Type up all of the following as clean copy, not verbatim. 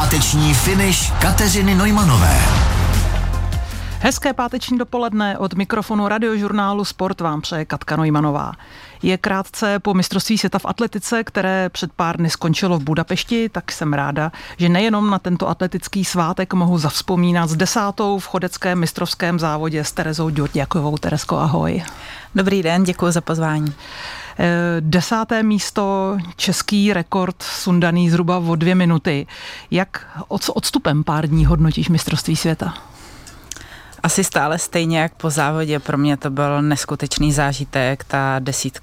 Páteční finish Kateřiny Neumanové. Hezké páteční dopoledne, od mikrofonu Radiožurnálu Sport vám přeje Katka Neumannová. Je krátce po mistrovství světa v atletice, které před pár dny skončilo v Budapešti, tak jsem ráda, že nejenom na tento atletický svátek mohu zavzpomínat s 10. v chodeckém mistrovském závodě s Terezou Ďurďakovou. Teresko, ahoj. Dobrý den, děkuji za pozvání. 10. místo, český rekord sundaný zhruba o 2 minuty. Jak odstupem pár dní hodnotíš mistrovství světa? Asi stále stejně jak po závodě. Pro mě to byl neskutečný zážitek. Ta 10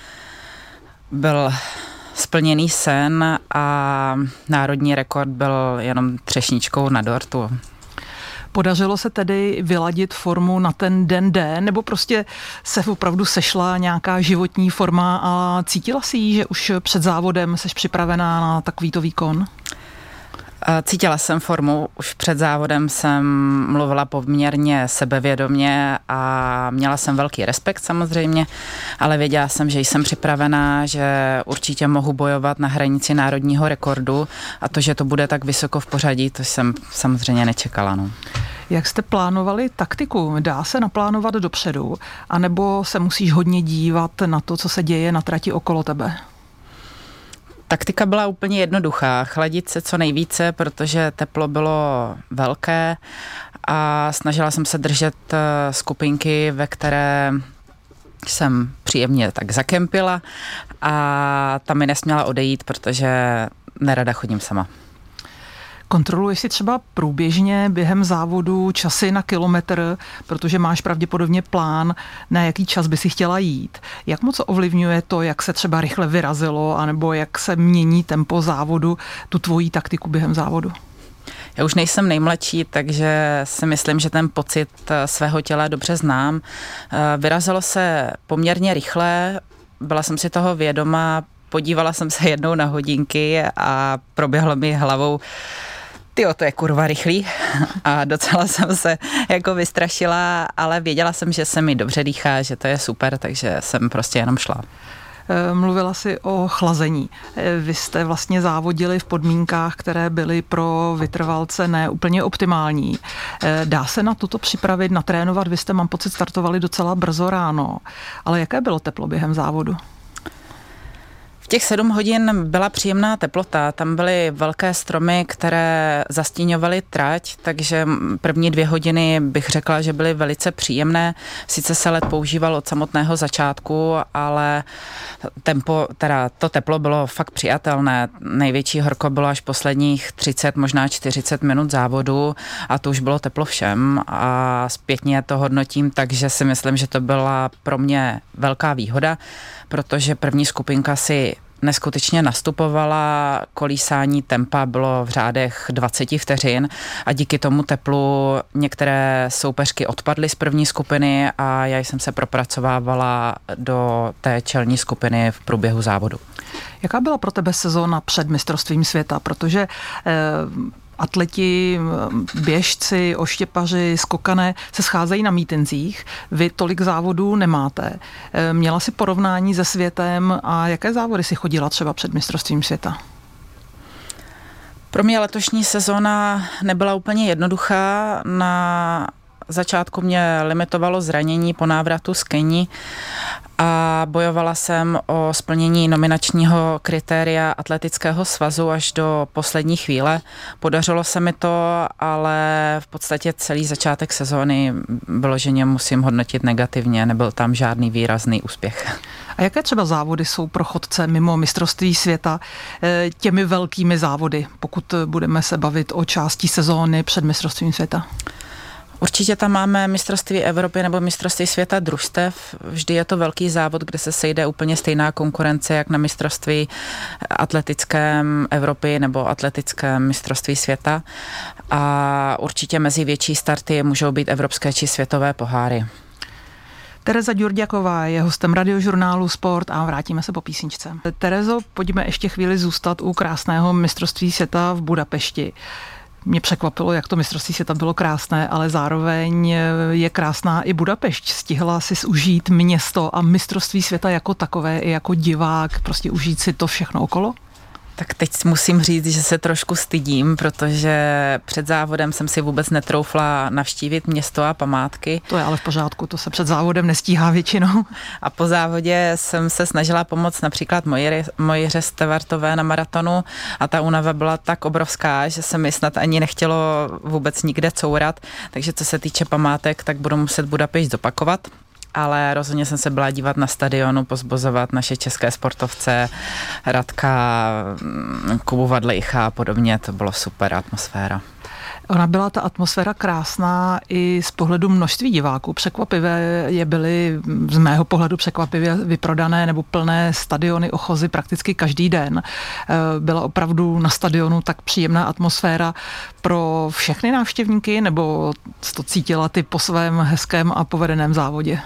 byl splněný sen a národní rekord byl jenom třešničkou na dortu. Podařilo se tedy vyladit formu na ten den D, nebo prostě se opravdu sešla nějaká životní forma a cítila si ji, že už před závodem jsi připravená na takovýto výkon? Cítila jsem formu, už před závodem jsem mluvila poměrně sebevědomě a měla jsem velký respekt samozřejmě, ale věděla jsem, že jsem připravená, že určitě mohu bojovat na hranici národního rekordu a to, že to bude tak vysoko v pořadí, to jsem samozřejmě nečekala. No. Jak jste plánovali taktiku? Dá se naplánovat dopředu, anebo se musíš hodně dívat na to, co se děje na trati okolo tebe? Taktika byla úplně jednoduchá, chladit se co nejvíce, protože teplo bylo velké a snažila jsem se držet skupinky, ve které jsem příjemně tak zakempila a tam mi nesměla odejít, protože nerada chodím sama. Kontroluješ si třeba průběžně během závodu časy na kilometr, protože máš pravděpodobně plán, na jaký čas by si chtěla jít. Jak moc ovlivňuje to, jak se třeba rychle vyrazilo, anebo jak se mění tempo závodu, tu tvojí taktiku během závodu? Já už nejsem nejmladší, takže si myslím, že ten pocit svého těla dobře znám. Vyrazilo se poměrně rychle, byla jsem si toho vědoma, podívala jsem se jednou na hodinky a proběhlo mi hlavou, tyjo, to je kurva rychlý a docela jsem se jako vystrašila, ale věděla jsem, že se mi dobře dýchá, že to je super, takže jsem prostě jenom šla. Mluvila jsi o chlazení. Vy jste vlastně závodili v podmínkách, které byly pro vytrvalce ne úplně optimální. Dá se na toto připravit, natrénovat? Vy jste, mám pocit, startovali docela brzo ráno, ale jaké bylo teplo během závodu? V těch 7 hodin byla příjemná teplota, tam byly velké stromy, které zastíňovaly trať, takže první 2 hodiny bych řekla, že byly velice příjemné. Sice se led používal od samotného začátku, ale to teplo bylo fakt přijatelné. Největší horko bylo až posledních 30, možná 40 minut závodu a to už bylo teplo všem a zpětně to hodnotím, takže si myslím, že to byla pro mě velká výhoda, protože první skupinka si neskutečně nastupovala, kolísání tempa bylo v řádech 20 vteřin a díky tomu teplu některé soupeřky odpadly z první skupiny a já jsem se propracovávala do té čelní skupiny v průběhu závodu. Jaká byla pro tebe sezóna před mistrovstvím světa? Protože atleti, běžci, oštěpaři, skokané se scházejí na mítincích. Vy tolik závodů nemáte. Měla si porovnání se světem a jaké závody si chodila třeba před mistrovstvím světa? Pro mě letošní sezóna nebyla úplně jednoduchá. Na začátku mě limitovalo zranění po návratu z Keni a bojovala jsem o splnění nominačního kritéria atletického svazu až do poslední chvíle. Podařilo se mi to, ale v podstatě celý začátek sezóny vyloženě musím hodnotit negativně, nebyl tam žádný výrazný úspěch. A jaké třeba závody jsou pro chodce mimo mistrovství světa těmi velkými závody, pokud budeme se bavit o části sezóny před mistrovstvím světa? Určitě tam máme mistrovství Evropy nebo mistrovství světa družstev. Vždy je to velký závod, kde se sejde úplně stejná konkurence, jak na mistrovství atletickém Evropy nebo atletickém mistrovství světa. A určitě mezi větší starty můžou být evropské či světové poháry. Tereza Ďurďaková je hostem Radiožurnálu Sport a vrátíme se po písničce. Terezo, pojďme ještě chvíli zůstat u krásného mistrovství světa v Budapešti. Mě překvapilo, jak to mistrovství světa bylo krásné, ale zároveň je krásná i Budapešť. Stihla si užít město a mistrovství světa jako takové, i jako divák, prostě užít si to všechno okolo? Tak teď musím říct, že se trošku stydím, protože před závodem jsem si vůbec netroufla navštívit město a památky. To je ale v pořádku, to se před závodem nestíhá většinou. A po závodě jsem se snažila pomoct například Mojře Stevartové na maratonu a ta únava byla tak obrovská, že se mi snad ani nechtělo vůbec nikde courat, takže co se týče památek, tak budu muset Budapešť zopakovat. Ale rozhodně jsem se byla dívat na stadionu, pozbuzovat naše české sportovce, Radka, Kubu Vadlejcha a podobně, to bylo super atmosféra. Ona byla ta atmosféra krásná i z pohledu množství diváků. Překvapivé byly, z mého pohledu překvapivě vyprodané nebo plné stadiony Ochozy prakticky každý den. Byla opravdu na stadionu tak příjemná atmosféra pro všechny návštěvníky, nebo to cítila ty po svém hezkém a povedeném závodě?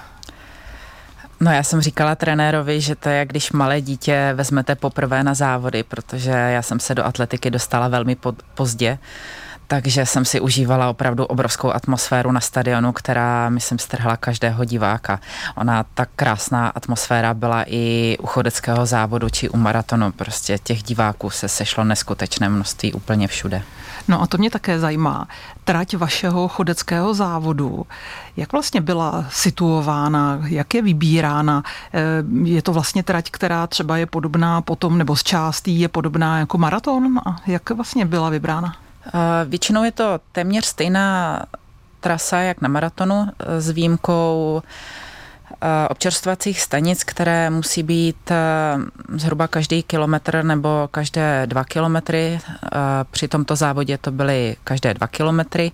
No já jsem říkala trenérovi, že to je, když malé dítě vezmete poprvé na závody, protože já jsem se do atletiky dostala velmi pozdě, takže jsem si užívala opravdu obrovskou atmosféru na stadionu, která, myslím, strhla každého diváka. Ona, ta krásná atmosféra byla i u chodeckého závodu či u maratonu. Prostě těch diváků se sešlo neskutečné množství úplně všude. No a to mě také zajímá. Trať vašeho chodeckého závodu, jak vlastně byla situována, jak je vybírána? Je to vlastně trať, která třeba je podobná potom, nebo z částí je podobná jako maraton? A jak vlastně byla vybrána? Většinou je to téměř stejná trasa jak na maratonu s výjimkou občerstvovacích stanic, které musí být zhruba každý kilometr nebo každé 2 kilometry. Při tomto závodě to byly každé 2 kilometry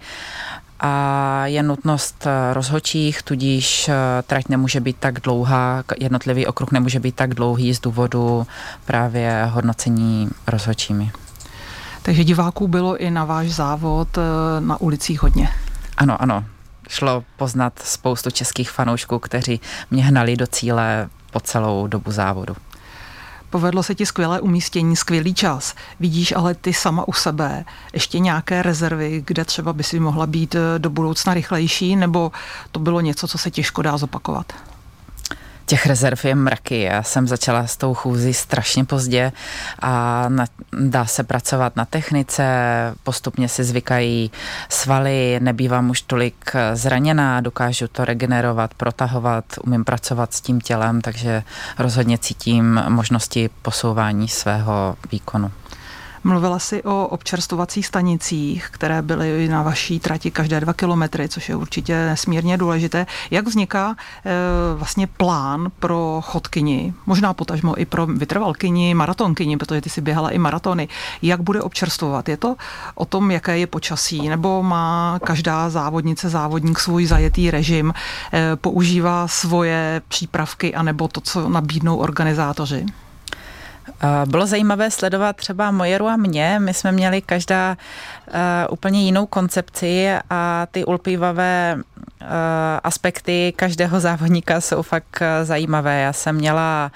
a je nutnost rozhodčích, tudíž trať nemůže být tak dlouhá, jednotlivý okruh nemůže být tak dlouhý z důvodu právě hodnocení rozhodčími. Takže diváků bylo i na váš závod na ulicích hodně. Ano. Šlo poznat spoustu českých fanoušků, kteří mě hnali do cíle po celou dobu závodu. Povedlo se ti skvělé umístění, skvělý čas. Vidíš ale ty sama u sebe ještě nějaké rezervy, kde třeba by si mohla být do budoucna rychlejší, nebo to bylo něco, co se těžko dá zopakovat? Těch rezerv je mraky. Já jsem začala s tou chůzí strašně pozdě a dá se pracovat na technice, postupně si zvykají svaly, nebývám už tolik zraněná, dokážu to regenerovat, protahovat, umím pracovat s tím tělem, takže rozhodně cítím možnosti posouvání svého výkonu. Mluvila jsi o občerstvovacích stanicích, které byly na vaší trati každé 2 kilometry, což je určitě nesmírně důležité. Jak vzniká vlastně plán pro chodkyni, možná potažmo i pro vytrvalkyni, maratonkyni, protože ty si běhala i maratony. Jak bude občerstvovat? Je to o tom, jaké je počasí, nebo má každá závodnice, závodník svůj zajetý režim, používá svoje přípravky, anebo to, co nabídnou organizátoři? Bylo zajímavé sledovat třeba Mojeru a mě. My jsme měli každá úplně jinou koncepci a ty ulpívavé aspekty každého závodníka jsou fakt zajímavé. Já jsem měla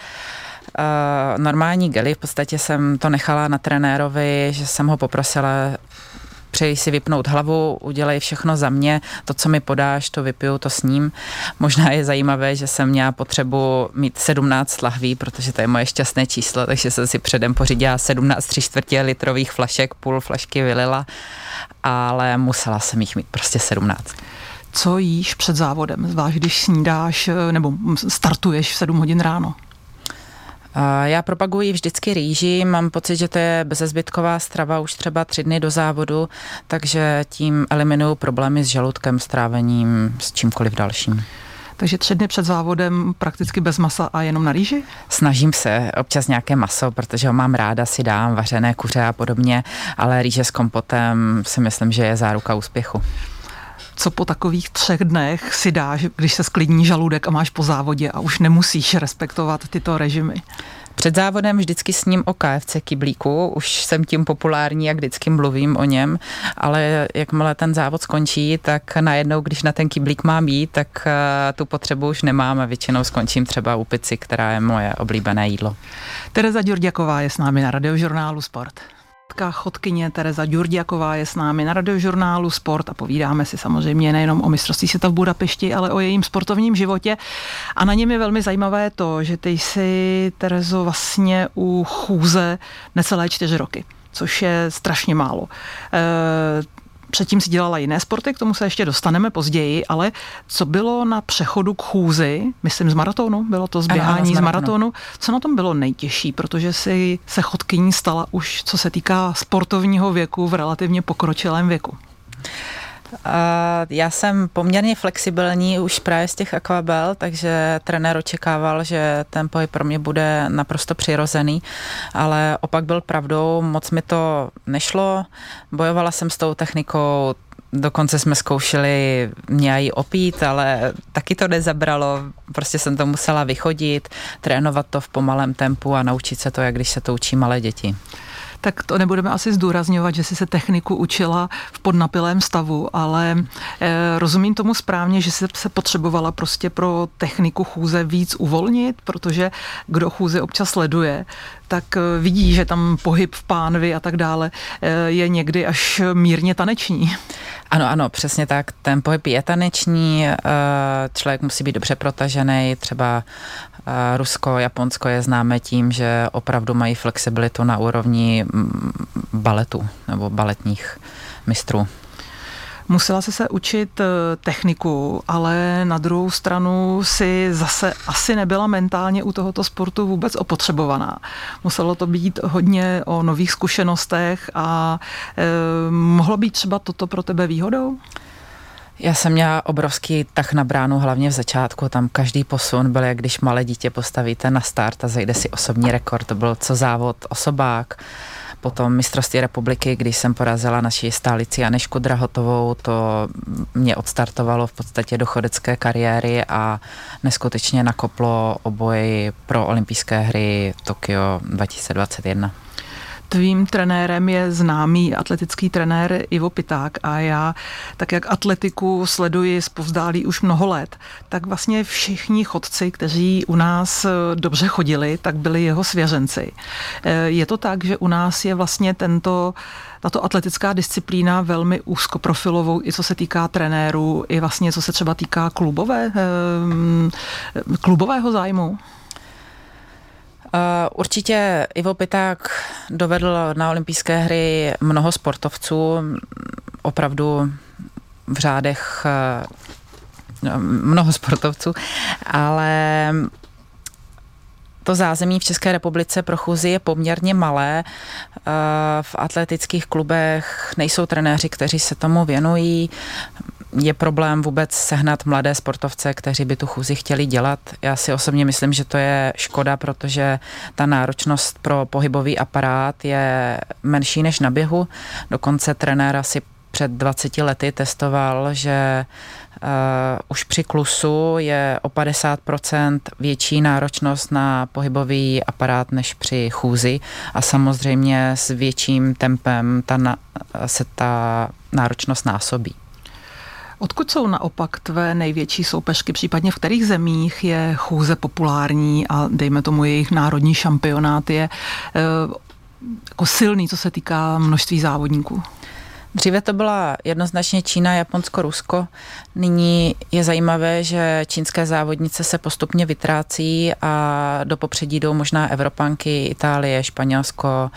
normální gely, v podstatě jsem to nechala na trenérovi, že jsem ho poprosila, přeji si vypnout hlavu, udělej všechno za mě, to, co mi podáš, to vypiju, to s ním. Možná je zajímavé, že jsem měla potřebu mít 17 lahví, protože to je moje šťastné číslo, takže jsem si předem pořídila 17 3/4 litrových flašek, půl flašky vylila, ale musela jsem jich mít prostě 17. Co jíš před závodem, zvlášť když snídáš nebo startuješ v 7 hodin ráno? Já propaguji vždycky rýži, mám pocit, že to je bezezbytková strava už třeba 3 dny do závodu, takže tím eliminuju problémy s žaludkem, s trávením, s čímkoliv dalším. Takže 3 dny před závodem prakticky bez masa a jenom na rýži? Snažím se, občas nějaké maso, protože ho mám ráda, si dám vařené kuře a podobně, ale rýže s kompotem si myslím, že je záruka úspěchu. Co po takových 3 dnech si dáš, když se sklidní žaludek a máš po závodě a už nemusíš respektovat tyto režimy? Před závodem vždycky sním o KFC kyblíku, už jsem tím populární, jak vždycky mluvím o něm, ale jakmile ten závod skončí, tak najednou, když na ten kyblík mám jít, tak tu potřebu už nemám a většinou skončím třeba u pici, která je moje oblíbené jídlo. Tereza Ďurďaková je s námi na Radiožurnálu Sport. Chodkyně Tereza Ďurďaková je s námi na Radiožurnálu Sport a povídáme si samozřejmě nejenom o mistrovství světa v Budapešti, ale o jejím sportovním životě. A na něm je velmi zajímavé to, že ty jsi, Terezo, vlastně u chůze necelé 4 roky, což je strašně málo. Předtím si dělala jiné sporty, k tomu se ještě dostaneme později, ale co bylo na přechodu k chůzi, myslím z maratonu, bylo to zběhání z maratonu, co na tom bylo nejtěžší, protože si se chodkyní stala už, co se týká sportovního věku, v relativně pokročilém věku? Já jsem poměrně flexibilní už právě z těch akvabel, takže trenér očekával, že ten pohyb pro mě bude naprosto přirozený, ale opak byl pravdou, moc mi to nešlo, bojovala jsem s tou technikou, dokonce jsme zkoušeli mě ji opít, ale taky to nezabralo, prostě jsem to musela vychodit, trénovat to v pomalém tempu a naučit se to, jak když se to učí malé děti. Tak to nebudeme asi zdůrazňovat, že jsi se techniku učila v podnapilém stavu, ale rozumím tomu správně, že jsi se potřebovala prostě pro techniku chůze víc uvolnit, protože kdo chůzi občas sleduje, tak vidí, že tam pohyb v pánvi a tak dále je někdy až mírně taneční. Ano, přesně tak. Ten pohyb je taneční, člověk musí být dobře protažený, třeba Rusko, Japonsko je známé tím, že opravdu mají flexibilitu na úrovni baletu nebo baletních mistrů. Musela jsi se učit techniku, ale na druhou stranu si zase asi nebyla mentálně u tohoto sportu vůbec opotřebovaná. Muselo to být hodně o nových zkušenostech a mohlo být třeba toto pro tebe výhodou? Já jsem měla obrovský tah na bránu, hlavně v začátku, tam každý posun byl, jak když malé dítě postavíte na start a zajde si osobní rekord, to byl co závod osobák. Potom mistrovství republiky, když jsem porazila naši stálici Anežku Drahotovou, to mě odstartovalo v podstatě do chodecké kariéry a neskutečně nakoplo oboj pro olympijské hry Tokio 2021. Tvým trenérem je známý atletický trenér Ivo Piták a já, tak jak atletiku sleduji zpovzdálí už mnoho let, tak vlastně všichni chodci, kteří u nás dobře chodili, tak byli jeho svěřenci. Je to tak, že u nás je vlastně tato atletická disciplína velmi úzkoprofilovou, i co se týká trenérů, i vlastně co se třeba týká klubového zájmu? Určitě Ivo Piták dovedl na olympijské hry mnoho sportovců, opravdu v řádech mnoho sportovců, ale to zázemí v České republice pro chůzi je poměrně malé. V atletických klubech nejsou trenéři, kteří se tomu věnují. Je problém vůbec sehnat mladé sportovce, kteří by tu chůzi chtěli dělat. Já si osobně myslím, že to je škoda, protože ta náročnost pro pohybový aparát je menší než na běhu. Dokonce trenér asi před 20 lety testoval, že už při klusu je o 50% větší náročnost na pohybový aparát než při chůzi a samozřejmě s větším tempem se ta náročnost násobí. Odkud jsou naopak tvé největší soupeřky, případně v kterých zemích je chůze populární a dejme tomu jejich národní šampionát je jako silný, co se týká množství závodníků? Dříve to byla jednoznačně Čína, Japonsko, Rusko. Nyní je zajímavé, že čínské závodnice se postupně vytrácí a do popředí jdou možná Evropanky, Itálie, Španělsko,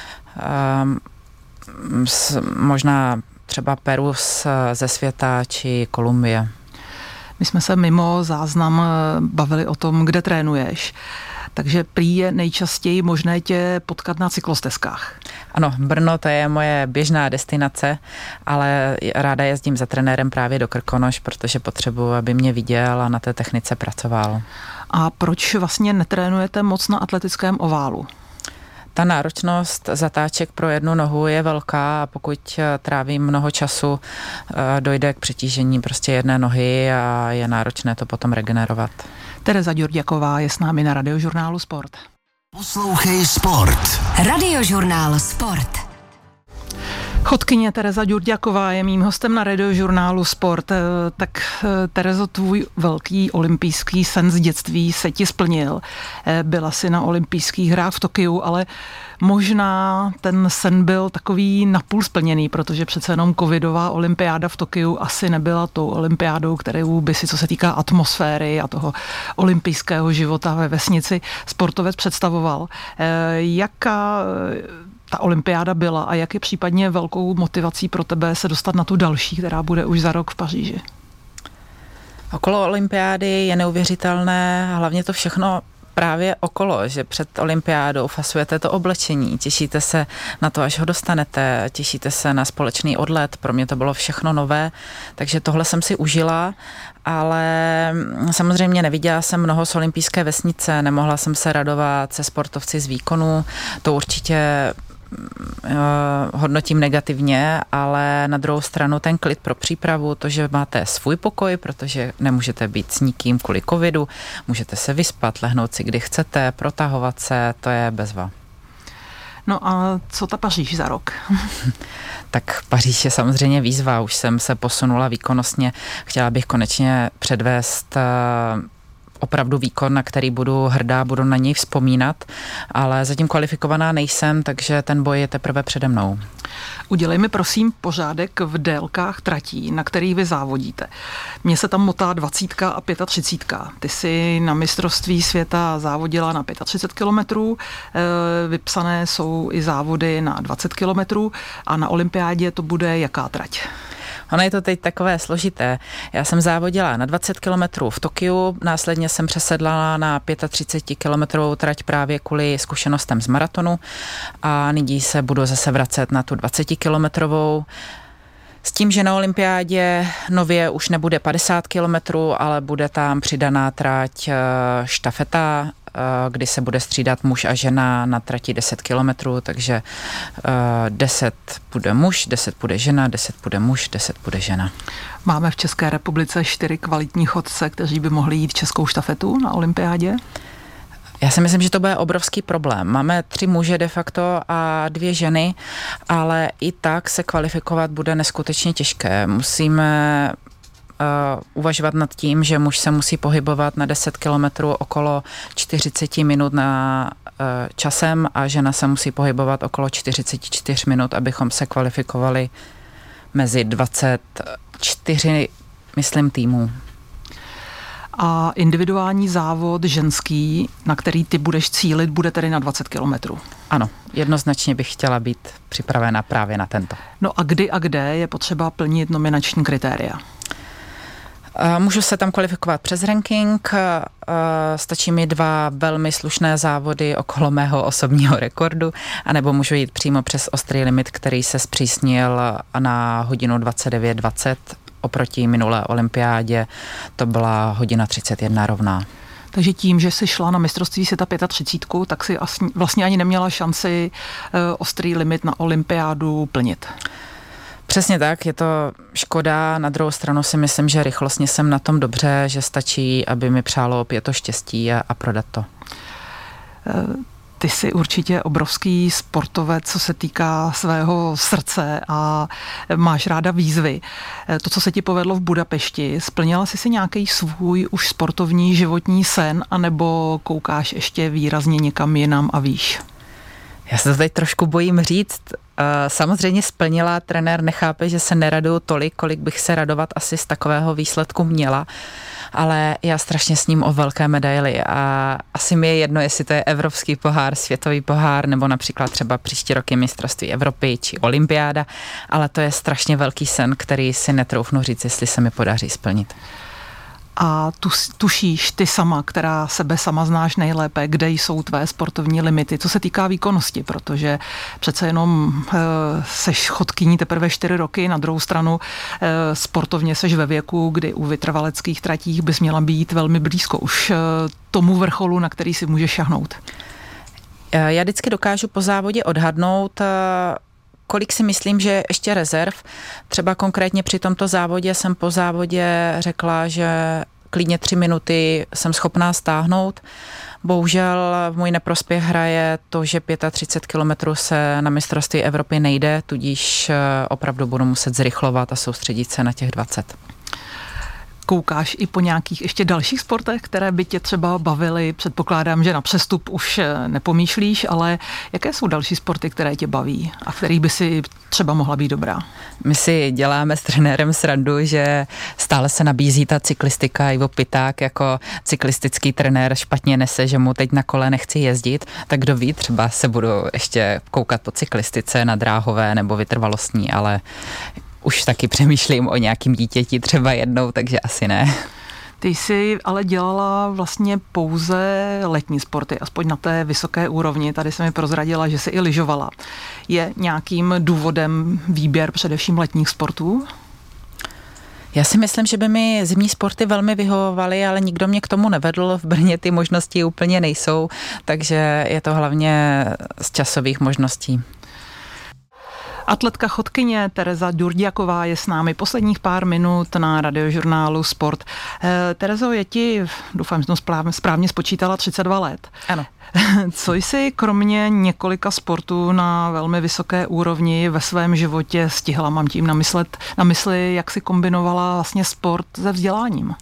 možná třeba Peru ze světa či Kolumbie. My jsme se mimo záznam bavili o tom, kde trénuješ. Takže prý je nejčastěji možné tě potkat na cyklostezkách. Ano, Brno to je moje běžná destinace, ale ráda jezdím za trenérem právě do Krkonoš, protože potřebuji, aby mě viděl a na té technice pracoval. A proč vlastně netrénujete moc na atletickém oválu? Ta náročnost zatáček pro jednu nohu je velká a pokud trávím mnoho času, dojde k přetížení prostě jedné nohy a je náročné to potom regenerovat. Tereza Ďurďaková je s námi na Radiožurnálu Sport. Poslouchej Sport. Radiožurnál Sport. Chodkyně Tereza Ďurďaková je mým hostem na Radiožurnálu Sport. Tak Terezo, tvůj velký olympijský sen z dětství se ti splnil. Byla jsi na olympijských hrách v Tokiu, ale možná ten sen byl takový napůl splněný, protože přece jenom covidová olympiáda v Tokiu asi nebyla tou olympiádou, kterou by si, co se týká atmosféry a toho olympijského života ve vesnici, sportovec představoval. Jaká ta olympiáda byla a jak je případně velkou motivací pro tebe se dostat na tu další, která bude už za rok v Paříži? Okolo olympiády je neuvěřitelné, hlavně to všechno právě okolo, že před olympiádou fasujete to oblečení, těšíte se na to, až ho dostanete, těšíte se na společný odlet, pro mě to bylo všechno nové, takže tohle jsem si užila, ale samozřejmě neviděla jsem mnoho z olympijské vesnice, nemohla jsem se radovat se sportovci z výkonu, to určitě hodnotím negativně, ale na druhou stranu ten klid pro přípravu, to, že máte svůj pokoj, protože nemůžete být s nikým kvůli covidu, můžete se vyspat, lehnout si kdy chcete, protahovat se, to je bezva. No a co ta Paříž za rok? Tak Paříž je samozřejmě výzva, už jsem se posunula výkonnostně, chtěla bych konečně předvést opravdu výkon, na který budu hrdá, budu na něj vzpomínat, ale zatím kvalifikovaná nejsem, takže ten boj je teprve přede mnou. Udělej mi prosím pořádek v délkách tratí, na kterých vy závodíte. Mně se tam motá 20 a 35. Ty jsi na mistrovství světa závodila na 35 kilometrů, vypsané jsou i závody na 20 kilometrů a na olympiádě to bude jaká trať? Ono je to teď takové složité. Já jsem závodila na 20 kilometrů v Tokiu, následně jsem přesedlala na 35 kilometrovou trať právě kvůli zkušenostem z maratonu a nyní se budu zase vracet na tu 20 kilometrovou. S tím, že na olympiádě nově už nebude 50 kilometrů, ale bude tam přidaná trať štafeta, kdy se bude střídat muž a žena na trati 10 kilometrů, takže 10 bude muž, 10 bude žena, 10 bude muž, 10 bude žena. Máme v České republice 4 kvalitní chodce, kteří by mohli jít českou štafetu na olympiádě? Já si myslím, že to bude obrovský problém. Máme 3 muže de facto a 2 ženy, ale i tak se kvalifikovat bude neskutečně těžké. Musíme uvažovat nad tím, že muž se musí pohybovat na 10 kilometrů okolo 40 minut na časem a žena se musí pohybovat okolo 44 minut, abychom se kvalifikovali mezi 24, myslím, týmů. A individuální závod ženský, na který ty budeš cílit, bude tedy na 20 kilometrů. Ano, jednoznačně bych chtěla být připravena právě na tento. No a kdy a kde je potřeba plnit nominační kritéria? Můžu se tam kvalifikovat přes ranking, stačí mi 2 velmi slušné závody okolo mého osobního rekordu, anebo můžu jít přímo přes ostrý limit, který se zpřísnil na hodinu 29:20 oproti minulé olympiádě, to byla hodina 31 rovná. Takže tím, že jsi šla na mistrovství světa 35, tak si vlastně ani neměla šanci ostrý limit na olympiádu plnit. Přesně tak, je to škoda, na druhou stranu si myslím, že rychlostně jsem na tom dobře, že stačí, aby mi přálo opět to štěstí a prodat to. Ty jsi určitě obrovský sportovec, co se týká svého srdce a máš ráda výzvy. To, co se ti povedlo v Budapešti, splnila jsi si nějaký svůj už sportovní životní sen, anebo koukáš ještě výrazně někam jinam a víš? Já se to teď trošku bojím říct. Samozřejmě splnila, trenér nechápe, že se neraduju tolik, kolik bych se radovat asi z takového výsledku měla, ale já strašně sním o velké medaily a asi mi je jedno, jestli to je evropský pohár, světový pohár, nebo například třeba příští roky mistrovství Evropy či olympiáda, ale to je strašně velký sen, který si netroufnu říct, jestli se mi podaří splnit. A tušíš ty sama, která sebe sama znáš nejlépe, kde jsou tvé sportovní limity, co se týká výkonnosti, protože přece jenom seš chodkyní teprve 4 roky, na druhou stranu sportovně seš ve věku, kdy u vytrvaleckých tratích bys měla být velmi blízko už tomu vrcholu, na který si můžeš šahnout. Já vždycky dokážu po závodě odhadnout, kolik si myslím, že je ještě rezerv. Třeba konkrétně při tomto závodě jsem po závodě řekla, že klidně 3 minuty jsem schopná stáhnout. Bohužel v můj neprospěch hraje to, že 35 kilometrů se na mistrovství Evropy nejde, tudíž opravdu budu muset zrychlovat a soustředit se na těch 20. Koukáš i po nějakých ještě dalších sportech, které by tě třeba bavily? Předpokládám, že na přestup už nepomýšlíš, ale jaké jsou další sporty, které tě baví a v kterých by si třeba mohla být dobrá? My si děláme s trenérem srandu, že stále se nabízí ta cyklistika. Ivo Piták jako cyklistický trenér špatně nese, že mu teď na kole nechci jezdit, tak kdo ví, třeba se budu ještě koukat po cyklistice na dráhové nebo vytrvalostní, ale už taky přemýšlím o nějakým dítěti třeba jednou, takže asi ne. Ty jsi ale dělala vlastně pouze letní sporty, aspoň na té vysoké úrovni. Tady se mi prozradila, že jsi i lyžovala. Je nějakým důvodem výběr především letních sportů? Já si myslím, že by mi zimní sporty velmi vyhovovaly, ale nikdo mě k tomu nevedl. V Brně ty možnosti úplně nejsou, takže je to hlavně z časových možností. Atletka chodkyně Tereza Durdiaková je s námi posledních pár minut na Radiožurnálu Sport. Terezo, je ti, doufám, že jsem správně spočítala, 32 let. Ano. Co jsi kromě několika sportů na velmi vysoké úrovni ve svém životě stihla? Mám tím na mysli, jak jsi kombinovala vlastně sport se vzděláním?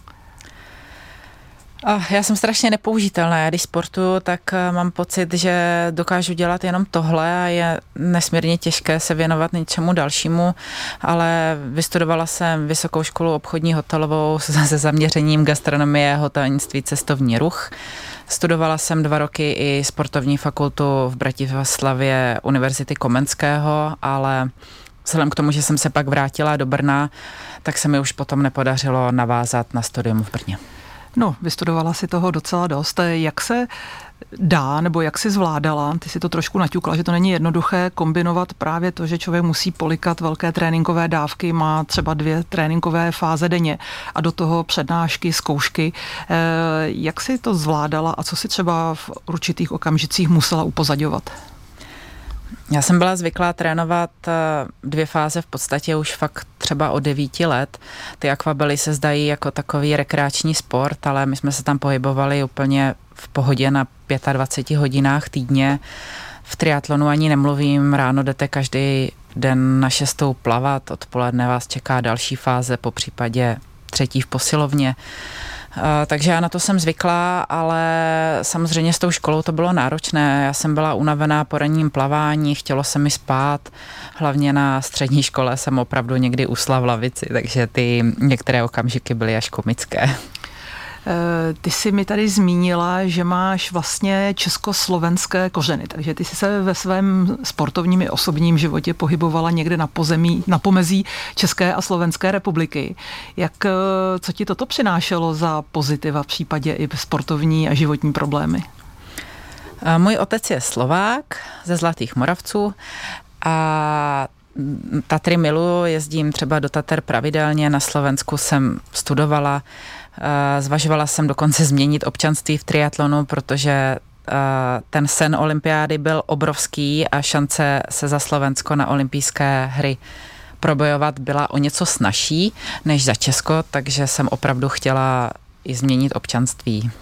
Já jsem strašně nepoužitelná. Já když sportuju, tak mám pocit, že dokážu dělat jenom tohle a je nesmírně těžké se věnovat něčemu dalšímu, ale vystudovala jsem vysokou školu obchodní hotelovou se zaměřením gastronomie, hotelnictví, cestovní ruch. Studovala jsem 2 roky i sportovní fakultu v Bratislavě Univerzity Komenského, ale vzhledem k tomu, že jsem se pak vrátila do Brna, tak se mi už potom nepodařilo navázat na studium v Brně. No, vystudovala si toho docela dost. Jak se dá, nebo jak si zvládala, ty si to trošku naťukla, že to není jednoduché kombinovat právě to, že člověk musí polikat velké tréninkové dávky, má třeba 2 tréninkové fáze denně a do toho přednášky, zkoušky. Jak si to zvládala a co si třeba v určitých okamžicích musela upozaďovat? Já jsem byla zvyklá trénovat 2 fáze v podstatě už fakt třeba od 9 let. Ty akvabely se zdají jako takový rekreační sport, ale my jsme se tam pohybovali úplně v pohodě na 25 hodinách týdně. V triatlonu ani nemluvím, ráno jdete každý den na 6 plavat, odpoledne vás čeká další fáze, po případě 3 v posilovně. Takže já na to jsem zvyklá, ale samozřejmě s tou školou to bylo náročné. Já jsem byla unavená po ranním plavání, chtělo se mi spát. Hlavně na střední škole jsem opravdu někdy usla v lavici, takže ty některé okamžiky byly až komické. Ty jsi mi tady zmínila, že máš vlastně československé kořeny, takže ty jsi se ve svém sportovním i osobním životě pohybovala někde na pomezí České a Slovenské republiky. Co ti toto přinášelo za pozitiva v případě i sportovní a životní problémy? Můj otec je Slovák ze Zlatých Moravců a Tatry miluju, jezdím třeba do Tater pravidelně, na Slovensku jsem studovala. Zvažovala jsem dokonce změnit občanství v triatlonu, protože ten sen olympiády byl obrovský a šance se za Slovensko na olympijské hry probojovat byla o něco snazší než za Česko, takže jsem opravdu chtěla i změnit občanství.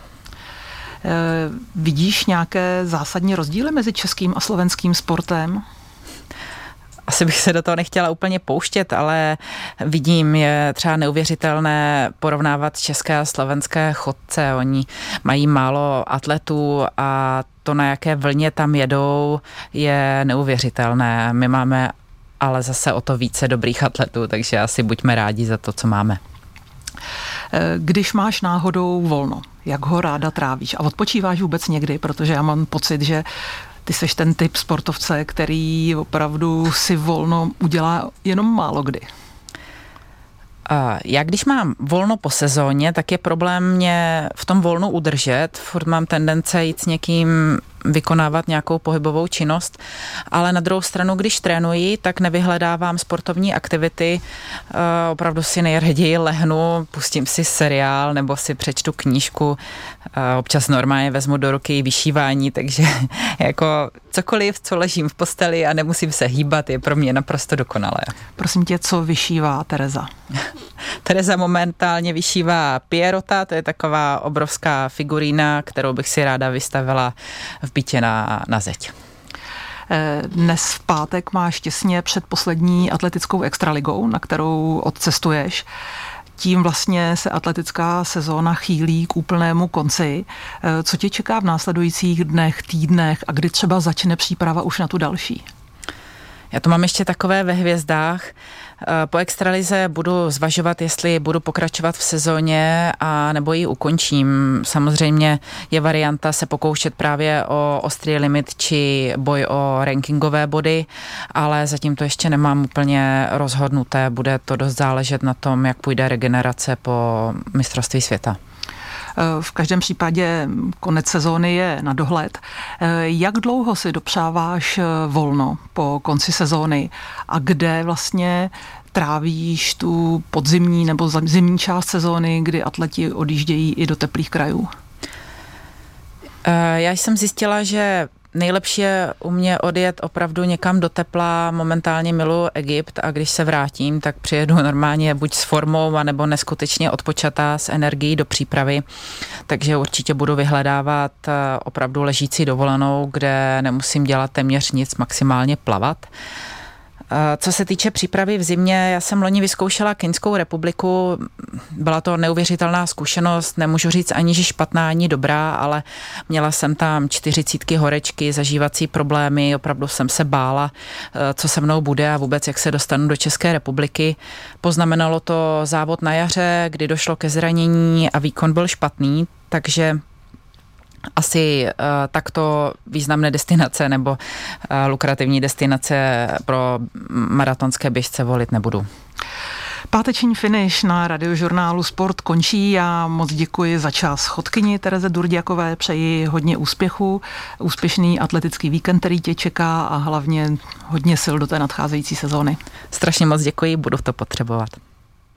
Vidíš nějaké zásadní rozdíly mezi českým a slovenským sportem? Asi bych se do toho nechtěla úplně pouštět, ale vidím, je třeba neuvěřitelné porovnávat české a slovenské chodce. Oni mají málo atletů a to, na jaké vlně tam jedou, je neuvěřitelné. My máme ale zase o to více dobrých atletů, takže asi buďme rádi za to, co máme. Když máš náhodou volno, jak ho ráda trávíš a odpočíváš vůbec někdy, protože já mám pocit, že ty seš ten typ sportovce, který opravdu si volno udělá jenom málo kdy. Já když mám volno po sezóně, tak je problém mě v tom volnu udržet. Furt mám tendence jít s někým vykonávat nějakou pohybovou činnost, ale na druhou stranu, když trénuji, tak nevyhledávám sportovní aktivity. Opravdu si nejraději lehnu, pustím si seriál nebo si přečtu knížku. Občas normálně vezmu do ruky vyšívání, takže jako cokoliv, co ležím v posteli a nemusím se hýbat, je pro mě naprosto dokonalé. Prosím tě, co vyšívá Tereza? Tereza momentálně vyšívá Pierrota, to je taková obrovská figurína, kterou bych si ráda vystavila v bytě na zeď. Dnes v pátek máš těsně před poslední atletickou extraligou, na kterou odcestuješ. Tím vlastně se atletická sezóna chýlí k úplnému konci. Co tě čeká v následujících dnech, týdnech a kdy třeba začne příprava už na tu další? Já to mám ještě takové ve hvězdách. Po extralize budu zvažovat, jestli budu pokračovat v sezóně a nebo ji ukončím. Samozřejmě je varianta se pokoušet právě o ostrý limit či boj o rankingové body, ale zatím to ještě nemám úplně rozhodnuté. Bude to dost záležet na tom, jak půjde regenerace po mistrovství světa. V každém případě konec sezóny je na dohled. Jak dlouho si dopřáváš volno po konci sezóny a kde vlastně trávíš tu podzimní nebo zimní část sezóny, kdy atleti odjíždějí i do teplých krajů? Já jsem zjistila, že nejlepší je u mě odjet opravdu někam do tepla, momentálně miluji Egypt a když se vrátím, tak přijedu normálně buď s formou, anebo neskutečně odpočatá s energií do přípravy, takže určitě budu vyhledávat opravdu ležící dovolenou, kde nemusím dělat téměř nic, maximálně plavat. Co se týče přípravy v zimě, já jsem loni vyzkoušela Keňskou republiku, byla to neuvěřitelná zkušenost, nemůžu říct ani, že špatná, ani dobrá, ale měla jsem tam 40 horečky, zažívací problémy, opravdu jsem se bála, co se mnou bude a vůbec jak se dostanu do České republiky. Poznamenalo to závod na jaře, kdy došlo ke zranění a výkon byl špatný, takže asi takto významné destinace nebo lukrativní destinace pro maratonské běžce volit nebudu. Páteční finish na Radiožurnálu Sport končí. Já moc děkuji za čas chodkyni Tereze Durdiakové, přeji hodně úspěchu, úspěšný atletický víkend, který tě čeká a hlavně hodně sil do té nadcházející sezóny. Strašně moc děkuji, budu to potřebovat.